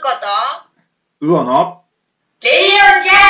こと、 うおのレディオジャ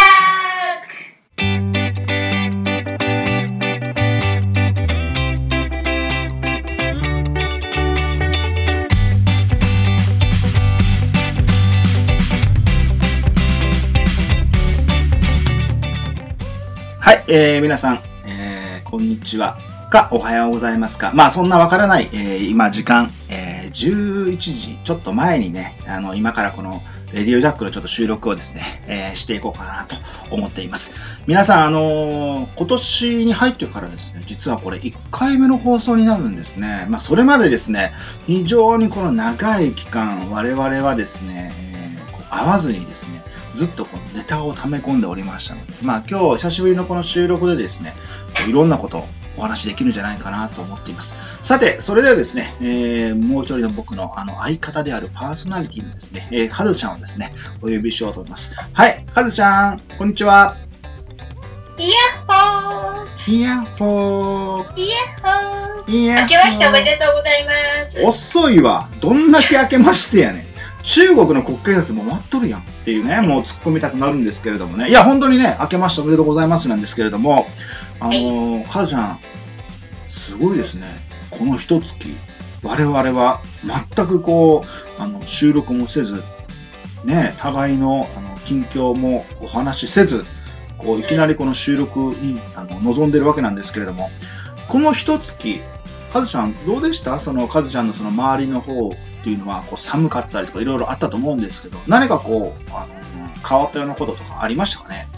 はい、皆さん、こんにちはかおはようございますか。まあそんなわからない、今時間、11時ちょっと前にね、今からこのレディオジャックのちょっと収録をですね、していこうかなと思っています。皆さん、今年に入ってからですね、実はこれ1回目の放送になるんですね。まあそれまでですね、非常にこの長い期間、我々はですね、会わずにですね、ずっとこのネタを溜め込んでおりましたので、まあ今日久しぶりのこの収録でですね、いろんなことをお話できるんじゃないかなと思っています。さて、それではですね、もう一人の僕の相方であるパーソナリティのですね、カズちゃんをですね、お呼びしようと思います。はい、カズちゃん、こんにちは。 イヤッホーイヤッホー。 イヤッホーイヤッホー。 明けましておめでとうございます。 遅いわ。どんだけ明けましてやねん。中国の国慶節も待っとるやんっていうね、もう突っ込みたくなるんですけれどもね。いや、本当にね、明けましておめでとうございますなんですけれども、カズちゃん、すごいですね。この一月、我々は全くこう、収録もせず、ね、互いの、近況もお話しせず、こう、いきなりこの収録に、臨んでるわけなんですけれども、この一月、カズちゃん、どうでした？その、カズちゃんのその周りの方っていうのは、こう、寒かったりとかいろいろあったと思うんですけど、何かこう、変わったようなこととかありましたかね？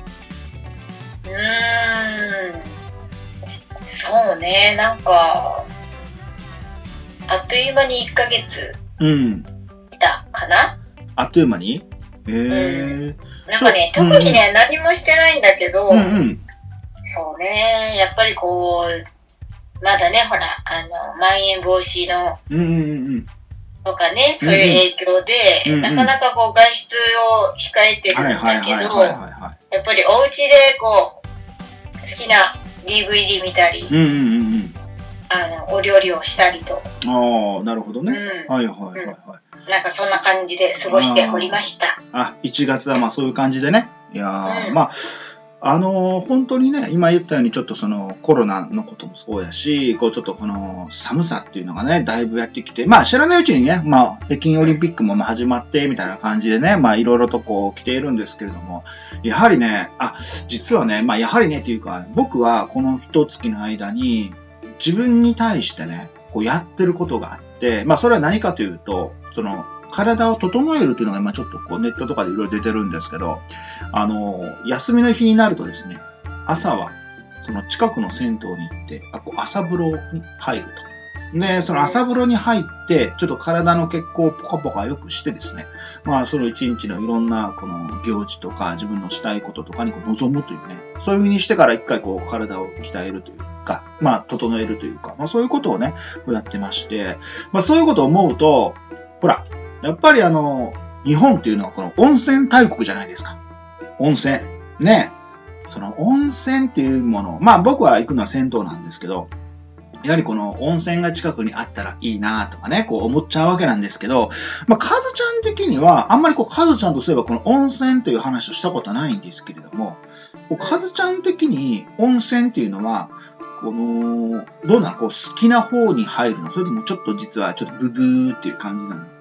そうね、なんか、あっという間に1ヶ月いたかな？ あっという間に？ なんかね、特にね、何もしてないんだけど、そうね、やっぱりこう、まだね、ほら、まん延防止の、とかね、そういう影響で、なかなかこう、外出を控えてるんだけど、やっぱりお家でこう、好きな DVD 見たり、お料理をしたりと。 ああ、なるほどね。 なんかそんな感じで過ごしておりました。 1月はまあそういう感じでね。いやまあ、本当にね、今言ったようにちょっとそのコロナのこともそうやし、こうちょっとこの寒さっていうのがね、だいぶやってきて、まあ知らないうちにね、まあ北京オリンピックもまあ始まってみたいな感じでね、まあいろいろとこう来ているんですけれども、やはりね、実はね、まあやはりねっていうか、僕はこの一月の間に自分に対してね、こうやってることがあって、まあそれは何かというと、その、体を整えるというのが今ちょっとこうネットとかでいろいろ出てるんですけど、休みの日になるとですね、朝はその近くの銭湯に行って、朝風呂に入ると。で、その朝風呂に入って、ちょっと体の血行をポカポカ良くしてですね、まあその一日のいろんなこの行事とか自分のしたいこととかにこう臨むというね、そういう風にしてから一回こう体を鍛えるというか、まあ整えるというか、まあそういうことをね、やってまして、まあそういうことを思うと、ほら、やっぱり日本っていうのはこの温泉大国じゃないですか。温泉。ね。その温泉っていうもの、まあ僕は行くのは銭湯なんですけど、やはりこの温泉が近くにあったらいいなとかね、こう思っちゃうわけなんですけど、まあカズちゃん的には、あんまりこうカズちゃんとすればこの温泉という話をしたことはないんですけれども、カズちゃん的に温泉っていうのは、どうなの？こう好きな方に入るの？それともちょっと実はちょっとブブーっていう感じなの？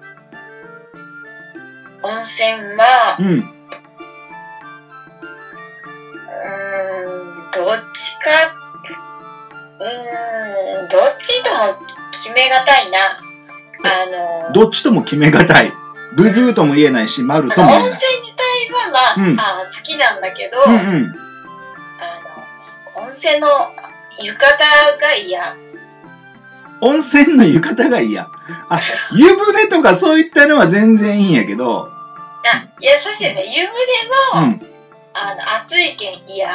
温泉は、どっちか、どっちとも決めがたいな。 どっちとも決めがたい。ブブーとも言えないし、丸とも言えない。 温泉自体はまあ、好きなんだけど、温泉の浴衣が嫌。 温泉の浴衣が嫌。湯船とかそういったのは全然いいんやけど。 いや、そしてね、湯船も、暑いけん嫌。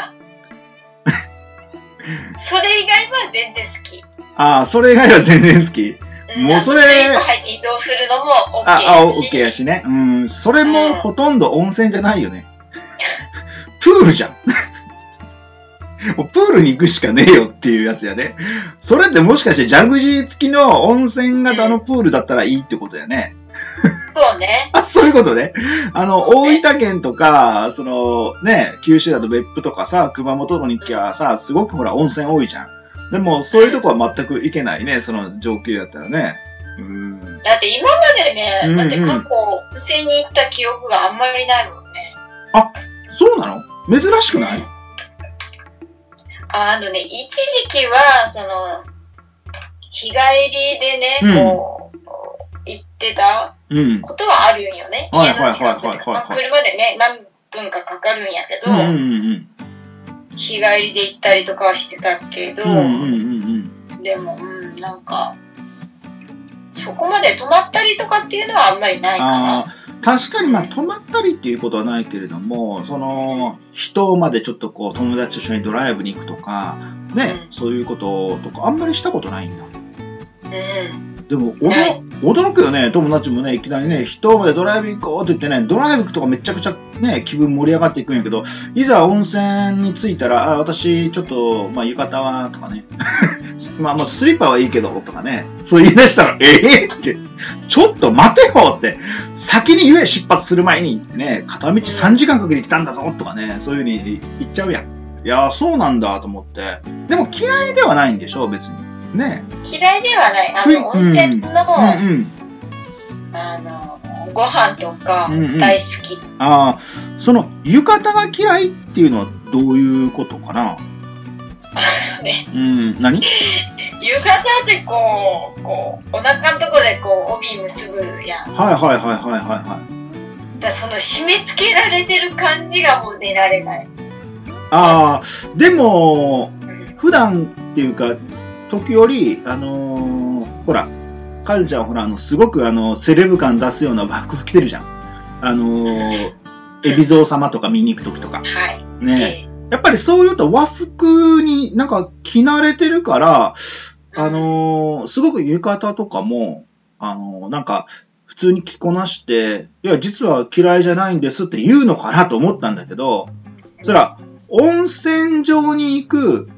それ以外は全然好き。 それ以外は全然好き。もうそれ。 水分入って移動するのも OK やし。 OK やしね。それもほとんど温泉じゃないよね。プールじゃん。もうプールに行くしかねえよっていうやつやね。それってもしかしてジャグジー付きの温泉型のプールだったらいいってことやね。 そうね。 あ、そういうことね。大分県とか、九州だと別府とかさ、熊本に行きゃさ、すごくほら、温泉多いじゃん。でも、そういうとこは全く行けないね、その上級やったらね。 だって今までね、だって過去、温泉に行った記憶があんまりないもんね。 あ、そうなの？珍しくない？ 一時期は、日帰りでね、こう、行ってたことはあるんよね。家の近くで。車でね、何分かかかるんやけど、日帰りで行ったりとかはしてたけど、でも、なんか、そこまで泊まったりとかっていうのはあんまりないかな。 確かに泊まったりっていうことはないけれども、人までちょっとこう友達と一緒にドライブに行くとか、ね、そういうこととかあんまりしたことないんだ。でも驚くよね、友達もね、いきなりね、人までドライブ行こうって言ってね、ドライブ行くとかめちゃくちゃね、気分盛り上がっていくんやけど、いざ温泉に着いたら、私ちょっと、浴衣は、とかね、スリッパはいいけど、とかね、そう言い出したら、って、ちょっと待てよって、先に言え、出発する前にってね、片道3時間かけて来たんだぞ、とかね、そういう風に言っちゃうやん。いやー、そうなんだと思って。でも嫌いではないんでしょ、別に。ね、 嫌いではない。温泉の、ご飯とか大好き。 その浴衣が嫌いっていうのはどういうことかな？何？浴衣ってこうお腹のとこでこう帯結ぶやん。 だその締め付けられてる感じがもう寝られない。 でも、普段っていうか時折ほらカルちゃんほらすごくセレブ感出すような和服着てるじゃん。海老蔵様とか見に行く時とか。ね。やっぱりそういうと和服になんか着慣れてるから、すごく浴衣とかも、なんか普通に着こなして、いや、実は嫌いじゃないんですって言うのかなと思ったんだけど、そら、温泉場に行く、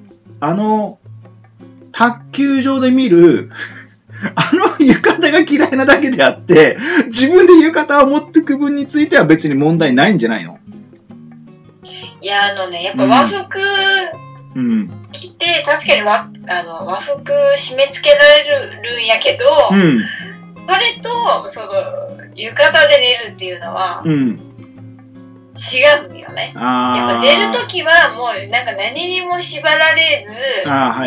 卓球場で見る、浴衣が嫌いなだけであって、自分で浴衣を持ってく分については別に問題ないんじゃないの？ いや、やっぱ和服着て、確かに和服締め付けられるんやけど、それと、浴衣で寝るっていうのは、違うんよね。やっぱ寝るときはもうなんか何にも縛られず、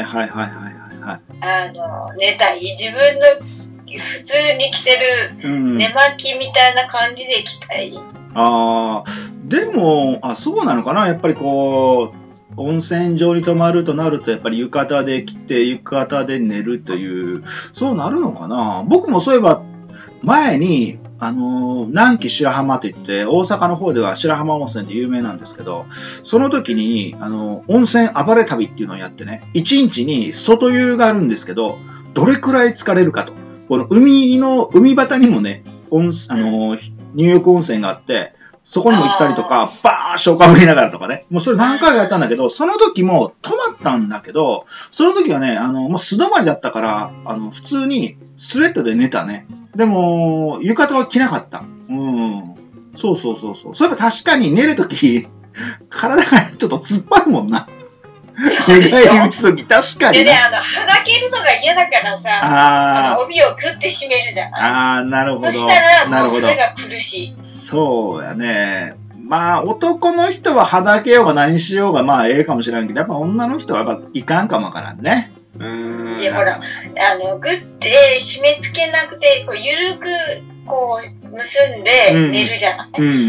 寝たい。自分の普通に着てる寝巻きみたいな感じで着たい。 でも、そうなのかな？やっぱりこう、温泉場に泊まるとなると、やっぱり浴衣で着て、浴衣で寝るという、そうなるのかな？僕もそういえば、前に、南紀白浜って言って、大阪の方では白浜温泉って有名なんですけど、その時に、温泉暴れ旅っていうのをやってね、1日に外湯があるんですけど、どれくらい疲れるかと。この海端にもね、入浴温泉があって、そこにも行ったりとか、バーッ消化ぶりながらとかね。もうそれ何回かやったんだけど、その時も泊まったんだけど、その時はね、もう素泊まりだったから、普通にスウェットで寝たね。でも、浴衣は着なかった。そう。そういえば確かに寝る時、体がちょっと突っ張るもんな。 そうでしょ。 寝返り打つ時、確かに。 でね、はだけるのが嫌だからさ、帯をグッて締めるじゃない。 なるほど。 そしたら、もうそれが苦しい。 そうやね。男の人ははだけようが何しようが、ええかもしれんけど、やっぱ女の人はやっぱいかんかもわからんね。 で、ほら、グッて締め付けなくて、こう、ゆるく、こう、結んで寝るじゃない。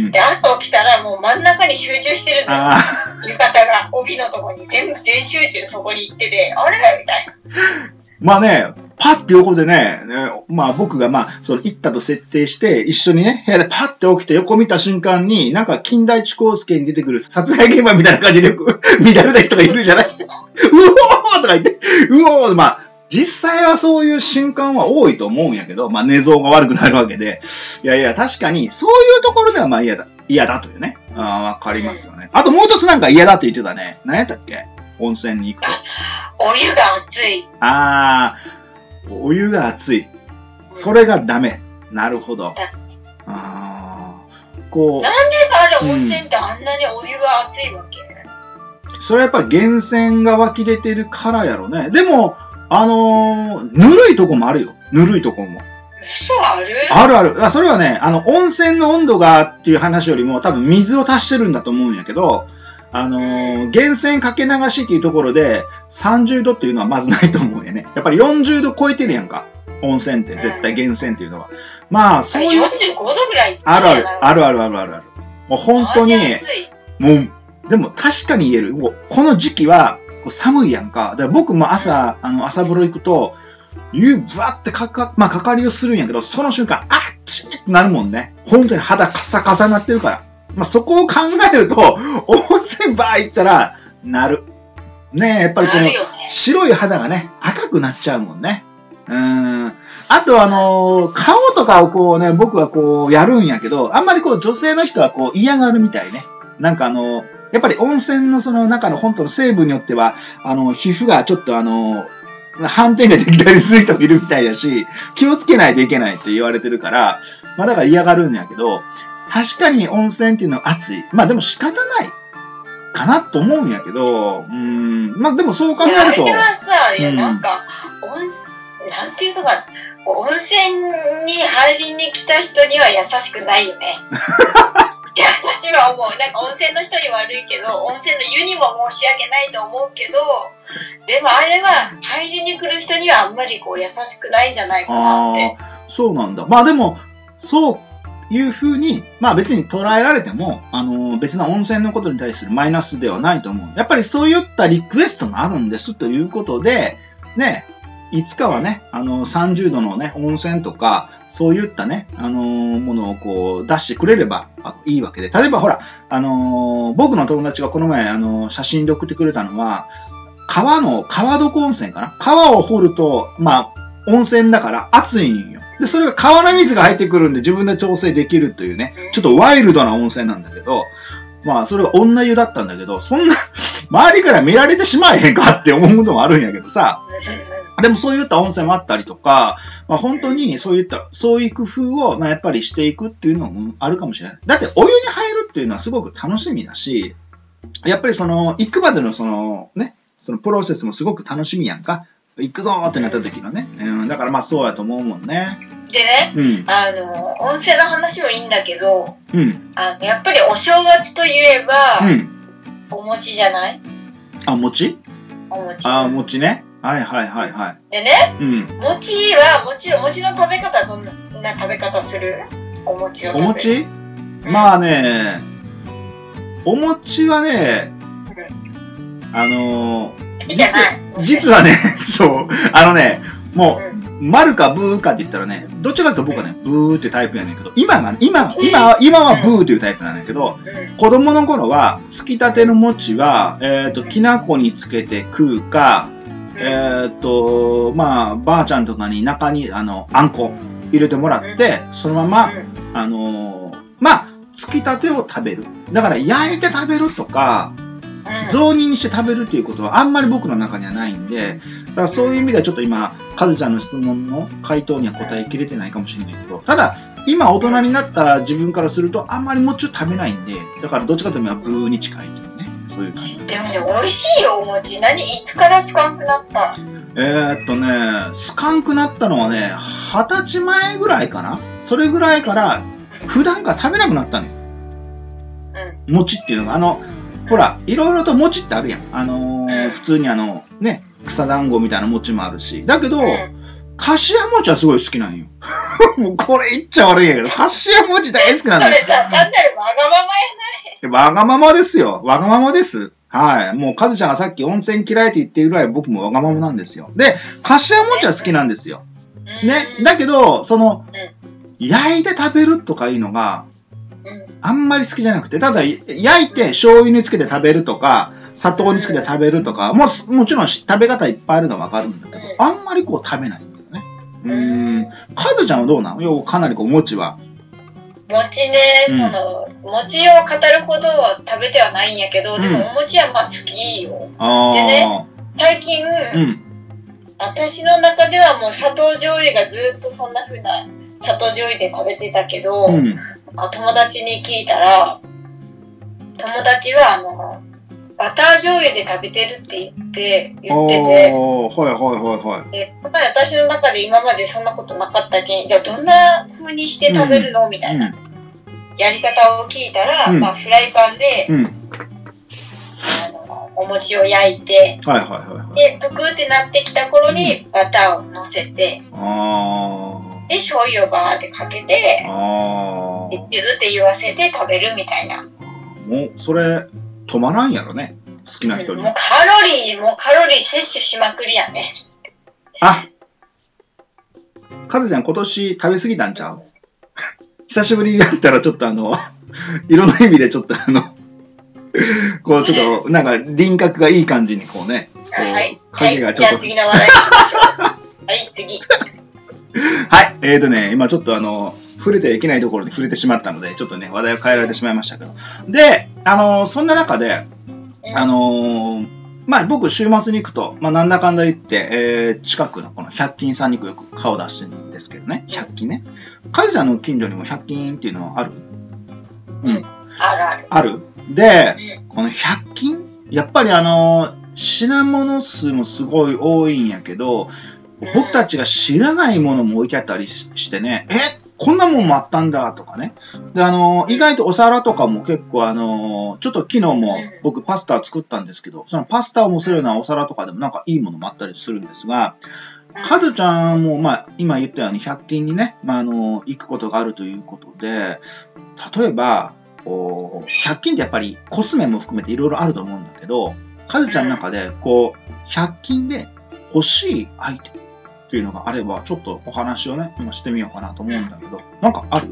で、朝起きたらもう真ん中に集中してるんだよ。浴衣が帯のところに全集中そこに行ってて、あれみたいな。パッて横でね、僕が行ったと設定して、一緒にね、部屋でパッて起きて横見た瞬間に、なんか金田一耕助に出てくる殺害現場みたいな感じで乱れた人がいるじゃない？うおーとか言って、うおー実際はそういう瞬間は多いと思うんやけど、寝相が悪くなるわけで、いや、確かに、そういうところでは嫌だというね。わかりますよね。あともう一つなんか嫌だって言ってたね。何やったっけ？温泉に行くと。 お湯が熱い。 お湯が熱い。それがダメ。なるほど。 こう。 なんでさ、あれ温泉ってあんなにお湯が熱いわけ？ それはやっぱり源泉が湧き出てるからやろね。でも、ぬるいとこもあるよ。ぬるいとこも。 嘘ある？ あるある。それはね、温泉の温度がっていう話よりも多分水を足してるんだと思うんやけど、源泉かけ流しっていうところで30度っていうのはまずないと思うんやね。やっぱり40度超えてるやんか。温泉って絶対源泉っていうのは。まあ、そういう。 45度ぐらい。 ある。もう本当に、もう、でも確かに言える。もうこの時期は寒いやんか。だから僕も朝風呂行くと、湯ぶわってかかりをするんやけど、その瞬間、あっちってなるもんね。本当に肌カサカサになってるから。まあ、そこを考えると、温泉バー行ったら、なる。ねえ、やっぱりこの、白い肌がね、赤くなっちゃうもんね。あと顔とかをこうね、僕はこうやるんやけど、あんまりこう女性の人はこう嫌がるみたいね。なんかやっぱり温泉のその中の本当の成分によっては、皮膚がちょっと反転ができたりする人もいるみたいだし、気をつけないといけないって言われてるから、まあだから嫌がるんやけど、確かに温泉っていうのは暑い。まあでも仕方ないかなと思うんやけど、まあでもそう考えると。 あれはさ、なんか、なんていうのか、温泉に入りに来た人には優しくないよね。いや、私は思う。なんか温泉の人に悪いけど、温泉の湯にも申し訳ないと思うけど、でもあれは入りに来る人にはあんまりこう優しくないんじゃないかなって。 そうなんだ。まあでも、そういうふうに、まあ別に捉えられても、別な温泉のことに対するマイナスではないと思う。やっぱりそういったリクエストもあるんですということで、ね、いつかはね、30度のね、温泉とか、そういったね、ものをこう出してくれればいいわけで。例えばほら、僕の友達がこの前、写真で送ってくれたのは、川床温泉かな？川を掘ると、まあ、温泉だから熱いんよ。で、それが川の水が入ってくるんで自分で調整できるというね、ちょっとワイルドな温泉なんだけど、まあ、それが女湯だったんだけど、そんな、周りから見られてしまえへんかって思うこともあるんやけどさ、でもそういった温泉もあったりとか、まあ本当にそういう工夫を、まあやっぱりしていくっていうのもあるかもしれない。だってお湯に入るっていうのはすごく楽しみだし、やっぱり行くまでのそのプロセスもすごく楽しみやんか。行くぞーってなった時のね。だからまあそうやと思うもんね。 でね、温泉の話もいいんだけど、やっぱりお正月といえば、お餅じゃない？ あ、餅？餅ね。はい。 でね、餅はもちろん餅の食べ方どんな食べ方する？お餅を食べる。お餅？ まあね、お餅はね、実はね、そう、もう、丸かブーかって言ったらね、どっちかというと僕はね、ブーってタイプやねんけど、今はブーっていうタイプなんだけど、子供の頃は、つきたての餅は、きな粉につけて食うか、まあ、ばあちゃんとかに中に、あんこ入れてもらって、そのまま、まあ、つきたてを食べる。だから、焼いて食べるとか、雑煮にして食べるっていうことはあんまり僕の中にはないんで、だからそういう意味ではちょっと今、カズちゃんの質問の回答には答えきれてないかもしれないけど、ただ、今大人になった自分からするとあんまり餅を食べないんで、だからどっちかというとブーに近いというね、そういう感じ。 でもね、美味しいよ、お餅。いつからスカンクなった？ スカンクなったのはね、20歳前ぐらいかな？それぐらいから、普段から食べなくなったのよ。餅っていうのが、ほら、いろいろと餅ってあるやん。普通にね、草団子みたいな餅もあるし。だけど、かしわ餅はすごい好きなんよ。もうこれ言っちゃ悪いんやけど、かしわ餅大好きなんです。 それさ、単なるわがままやない。 わがままですよ。わがままです。はい。もう、カズちゃんがさっき温泉嫌いって言ってるぐらい僕もわがままなんですよ。で、かしわ餅は好きなんですよ。ね。だけど、焼いて食べるとかいうのが、あんまり好きじゃなくて、ただ、焼いて醤油につけて食べるとか、砂糖につけて食べるとか、もちろん食べ方いっぱいあるのはわかるんだけど、あんまりこう食べないんだよね。カズちゃんはどうなの？かなりこう、餅は。 餅ね、餅を語るほど食べてはないんやけど、でもお餅はまあ好きよ。でね、最近、私の中ではもう砂糖醤油がずっとそんな風な砂糖醤油で食べてたけど、友達に聞いたら、友達はバター醤油で食べてるって言ってて、私の中で今までそんなことなかったけん、じゃあどんな風にして食べるのみたいなやり方を聞いたら、フライパンで、お餅を焼いて、で、ぷくってなってきた頃にバターを乗せて、で、醤油をバーってかけて、で、ジューって言わせて食べるみたいな。 もう、それ、止まらんやろね。好きな人に。 もうカロリー摂取しまくりやね。 あ、カズちゃん今年食べ過ぎたんちゃう？久しぶりにやったらちょっといろんな意味でちょっとこうちょっとなんか輪郭がいい感じにこうね。 はい。影がちょっと。じゃあ次の話題行きましょう。はい、次。 はい。今ちょっと触れてはいけないところに触れてしまったので、ちょっとね、話題を変えられてしまいましたけど。で、そんな中で、僕週末に行くと、なんだかんだ言って、近くのこの100均さんによく顔出してるんですけどね。100均ね。カイさんの近所にも100均っていうのはある？ある。で、この100均やっぱり品物数もすごい多いんやけど、僕たちが知らないものも置いてあったりしてね、こんなもんもあったんだとかね。で、意外とお皿とかも結構ちょっと昨日も僕パスタを作ったんですけど、そのパスタを乗せるようなお皿とかでもなんかいいものもあったりするんですが、カズちゃんも今言ったように100均にね、行くことがあるということで、例えば、100均ってやっぱりコスメも含めていろいろあると思うんだけど、カズちゃんの中で100均で欲しいアイテムっていうのがあれば、ちょっとお話をね、今してみようかなと思うんだけど、なんかある？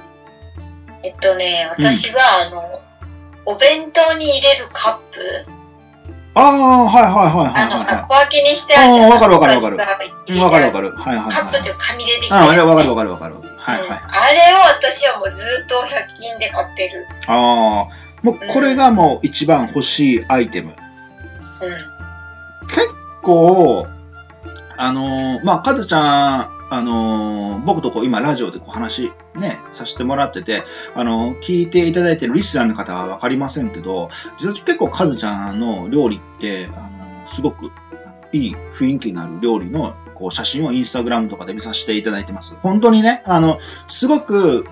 私は、お弁当に入れるカップ。 はい。 小分けにしてあるじゃん。 わかる。 カップって紙でできてる。 わかる。あれを私はもうずっと100均で買ってる。 もうこれがもう一番欲しいアイテム。結構、カズちゃん、僕と今ラジオで話ね、させてもらってて、聞いていただいてるリスナーの方はわかりませんけど、実は結構カズちゃんの料理って、すごくいい雰囲気になる料理の写真をインスタグラムとかで見させていただいてます。本当にね、すごく、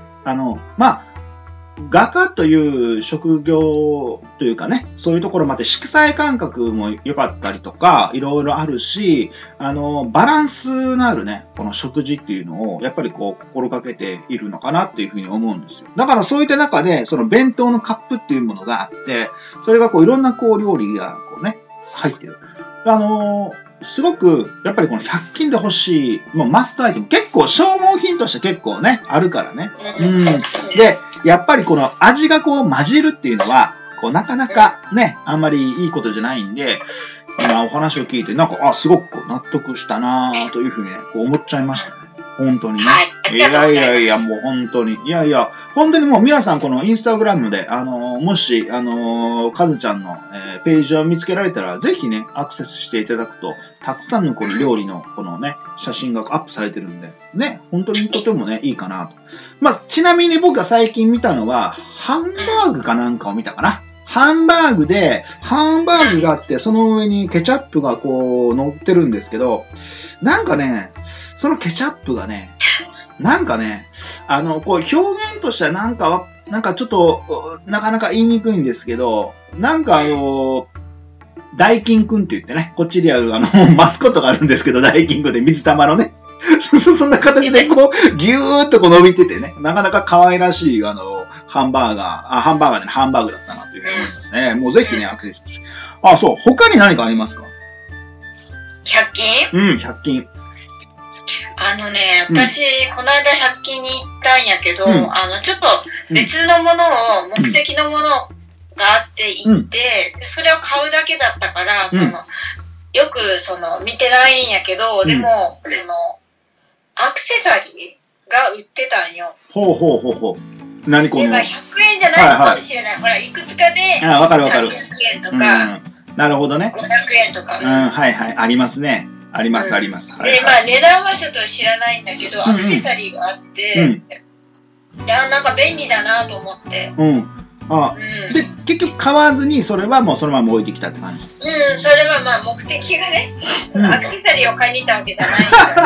画家という職業というかね、そういうところまで色彩感覚も良かったりとか、いろいろあるし、バランスのあるね、この食事っていうのを、やっぱり心がけているのかなっていうふうに思うんですよ。だからそういった中で、その弁当のカップっていうものがあって、それがいろんな料理が入ってる。すごく、やっぱりこの100均で欲しい、もうマストアイテム、結構消耗品として結構ね、あるからね。で、やっぱりこの味が混じるっていうのは、なかなかね、あんまりいいことじゃないんで、今お話を聞いて、なんか、すごく納得したなぁというふうにね、思っちゃいましたね。本当にね。いや、もう本当に。本当にもう皆さんこのインスタグラムで、もし、カズちゃんの、ページを見つけられたら、ぜひね、アクセスしていただくと、たくさんのこの料理のこのね、写真がアップされてるんで、ね、本当にとてもね、いいかなと。ちなみに僕が最近見たのは、ハンバーグかなんかを見たかな。ハンバーグがあって、その上にケチャップが乗ってるんですけど、なんかね、そのケチャップがね、なんかね、表現としてはなんかちょっと、なかなか言いにくいんですけど、なんかダイキンくんって言ってね、こっちでやるマスコットがあるんですけど、ダイキンくんで水玉のね、そんな形でぎゅーっと伸びててね、なかなか可愛らしい、ハンバーグだったなというふうに思いますね。もうぜひね、アクセスして。そう、他に何かありますか？ 100 均？ 100均。 私、この間100均に行ったんやけど、ちょっと別のものを、目的のものがあって行って、それを買うだけだったから、よく見てないんやけど、でも、アクセサリーが売ってたんよ。 ほう。何この？ 100円じゃないかもしれない。ほら、いくつかで、 わかる。 300円とか、 なるほどね。 500円とか。 ありますね。 あります、あります。 で、まあ値段はちょっと知らないんだけど、アクセサリーがあって、なんか便利だなと思って。 で、結局買わずに、それはもうそのまま置いてきたって感じ。 それはまあ目的がね、そのアクセサリーを買いに行ったわけじゃないから、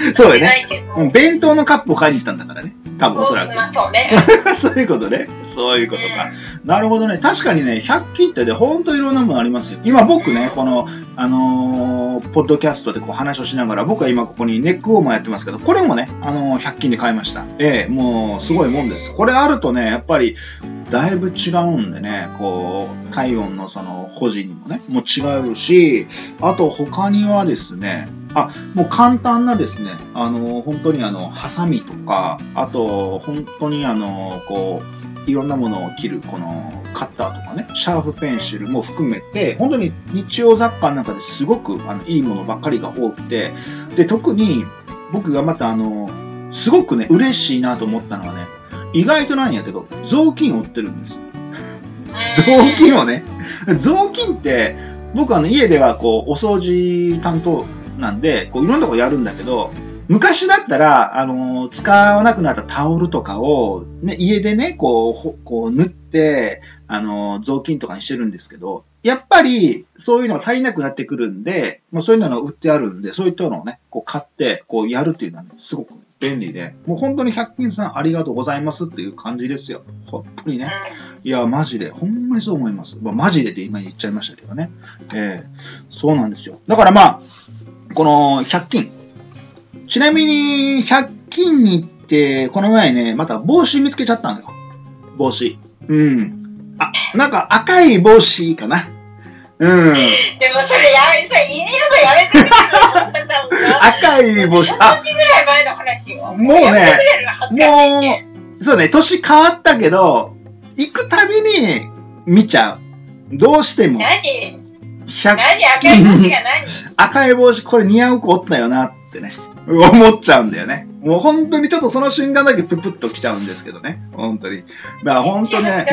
そうよね。弁当のカップを買いに行ったんだからね。多分おそらく。 まあそうね。 そういうことね。そういうことか。なるほどね。確かにね、100均ってほんといろんなものありますよ。今僕ね、この、ポッドキャストでこう話をしながら、僕は今ここにネックウォーマーやってますけど、これもね、100均で買いました。もうすごいもんです。これあるとね、やっぱり、だいぶ違うんでね、こう、体温のその保持にもね、もう違うし、あと他にはですね、もう簡単なですね、本当にハサミとか、あと、本当にこう、いろんなものを切る、この、カッターとかね、シャープペンシルも含めて、本当に日用雑貨の中ですごく、いいものばっかりが多くて、で、特に、僕がまたすごくね、嬉しいなと思ったのはね、意外となんやけど、雑巾を売ってるんですよ。雑巾をね。雑巾って、僕家ではこう、お掃除担当なんで、こう、いろんなとこやるんだけど、昔だったら、使わなくなったタオルとかを、ね、家でね、こう縫って、雑巾とかにしてるんですけど、やっぱり、そういうのが足りなくなってくるんで、もうそういうのが売ってあるんで、そういったのをね、こう買って、こうやるっていうのは、ね、すごく便利で、もう本当に100均さんありがとうございますっていう感じですよ。本当にね。いや、マジで、ほんまにそう思います。マジでって今言っちゃいましたけどね。そうなんですよ。だからまあ、この100均。ちなみに、100均に行って、この前ね、また帽子見つけちゃったんだよ。帽子。なんか赤い帽子かな。 でもそれ言えるのやめてくれよ。 赤い帽子。 半年ぐらい前の話よ。 もうね、そうね、年変わったけど、行くたびに見ちゃう。どうしても。 何赤い帽子が何？ 赤い帽子、これ似合う子おったよなってね。思っちゃうんだよね。もう本当にちょっとその瞬間だけププッと来ちゃうんですけどね。本当に。だから本当ね。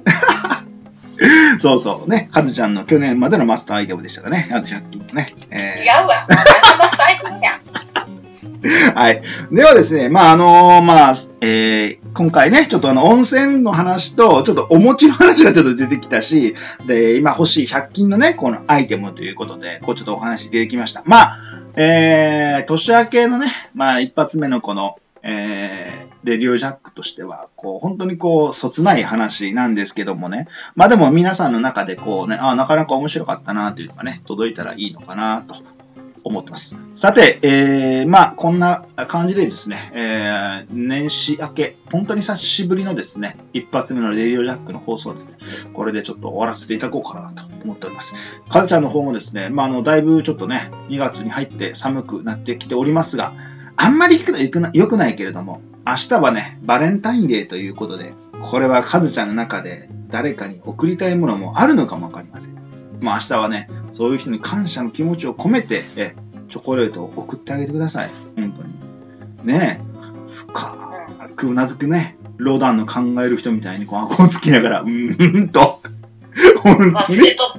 そうそうね。カズちゃんの去年までのマスターアイテムでしたかね。あと100均ね。 違うわ。マスターアイテムや。 はい。ではですね、まあ今回ね、ちょっと温泉の話と、ちょっとお餅の話がちょっと出てきたし、で、今欲しい100均のね、このアイテムということで、こうちょっとお話出てきました。まあ、年明けのね、まあ一発目のこの、レディオジャックとしては、こう、本当にこう、そつない話なんですけどもね。まあでも皆さんの中でこうね、なかなか面白かったなというのがね、届いたらいいのかなと思ってます。さて、まあこんな感じでですね、年始明け、本当に久しぶりのですね、一発目のレディオジャックの放送ですね、これでちょっと終わらせていただこうかなと思っております。カズちゃんの方もですね、まあだいぶちょっとね、2月に入って寒くなってきておりますが、あんまり良くないけれども、明日はね、バレンタインデーということで、これはカズちゃんの中で誰かに贈りたいものもあるのかもわかりません。まあ明日はね、そういう人に感謝の気持ちを込めて、チョコレートを送ってあげてください。本当に。ねえ、深くうなずくね、ロダンの考える人みたいにこう顎をつきながら、本当に。 忘れとった。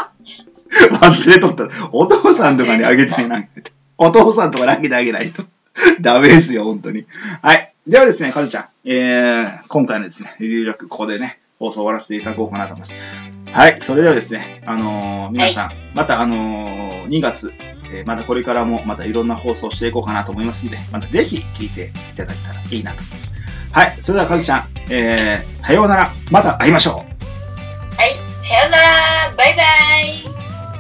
忘れとった。お父さんとかにあげたいな。お父さんとかにあげてあげないと。ダメですよ、本当に。はい。ではですね、カズちゃん。今回のですね、レディオジャック、ここでね、放送終わらせていただこうかなと思います。はい。それではですね、皆さん、また2月、またこれからもまたいろんな放送していこうかなと思いますので、またぜひ聞いていただけたらいいなと思います。はい。それではカズちゃん、さようなら。また会いましょう。はい。 さようなら。バイバイ。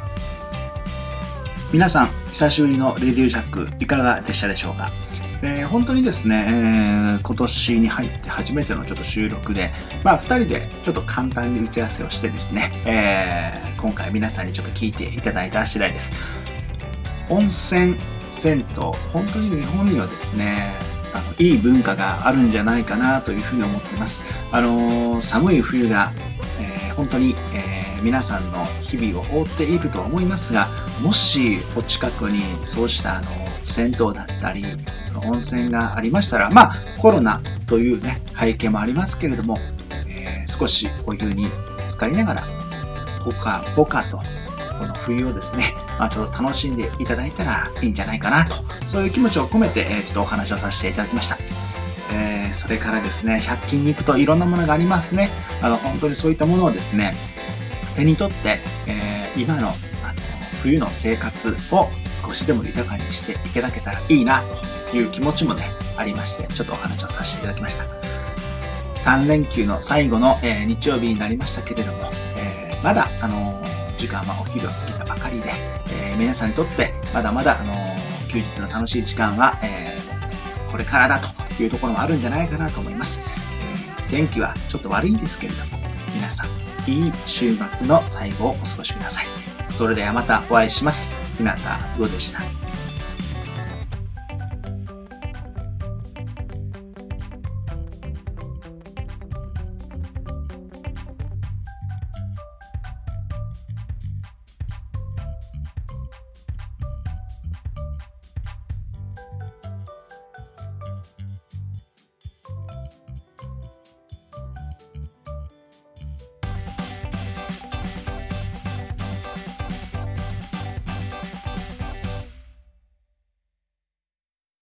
皆さん、久しぶりのレディオジャックいかがでしたでしょうか。本当にですね、今年に入って初めてのちょっと収録で、まあ2人でちょっと簡単に打ち合わせをしてですね、今回皆さんにちょっと聞いていただいた次第です。温泉、銭湯、本当に日本にはですね、いい文化があるんじゃないかなというふうに思っています。寒い冬が、本当に、皆さんの日々を覆っているとは思いますが、もしお近くにそうした銭湯だったりその温泉がありましたら、まあコロナというね背景もありますけれども、少しお湯に浸かりながらポカポカとこの冬をですねちょっと楽しんでいただいたらいいんじゃないかなと、そういう気持ちを込めて、ちょっとお話をさせていただきました。それからですね、100均に行くといろんなものがありますね。本当にそういったものをですね、手に取って、今の冬の生活を少しでも豊かにしていただけたらいいなという気持ちもね、ありまして、ちょっとお話をさせていただきました。3連休の最後の、日曜日になりましたけれども、まだ、時間はお昼を過ぎたばかりで、皆さんにとってまだまだ、休日の楽しい時間は、これからだというところもあるんじゃないかなと思います。天気はちょっと悪いんですけれども、皆さんいい週末の最後をお過ごしください。それではまたお会いします。日向うおでした。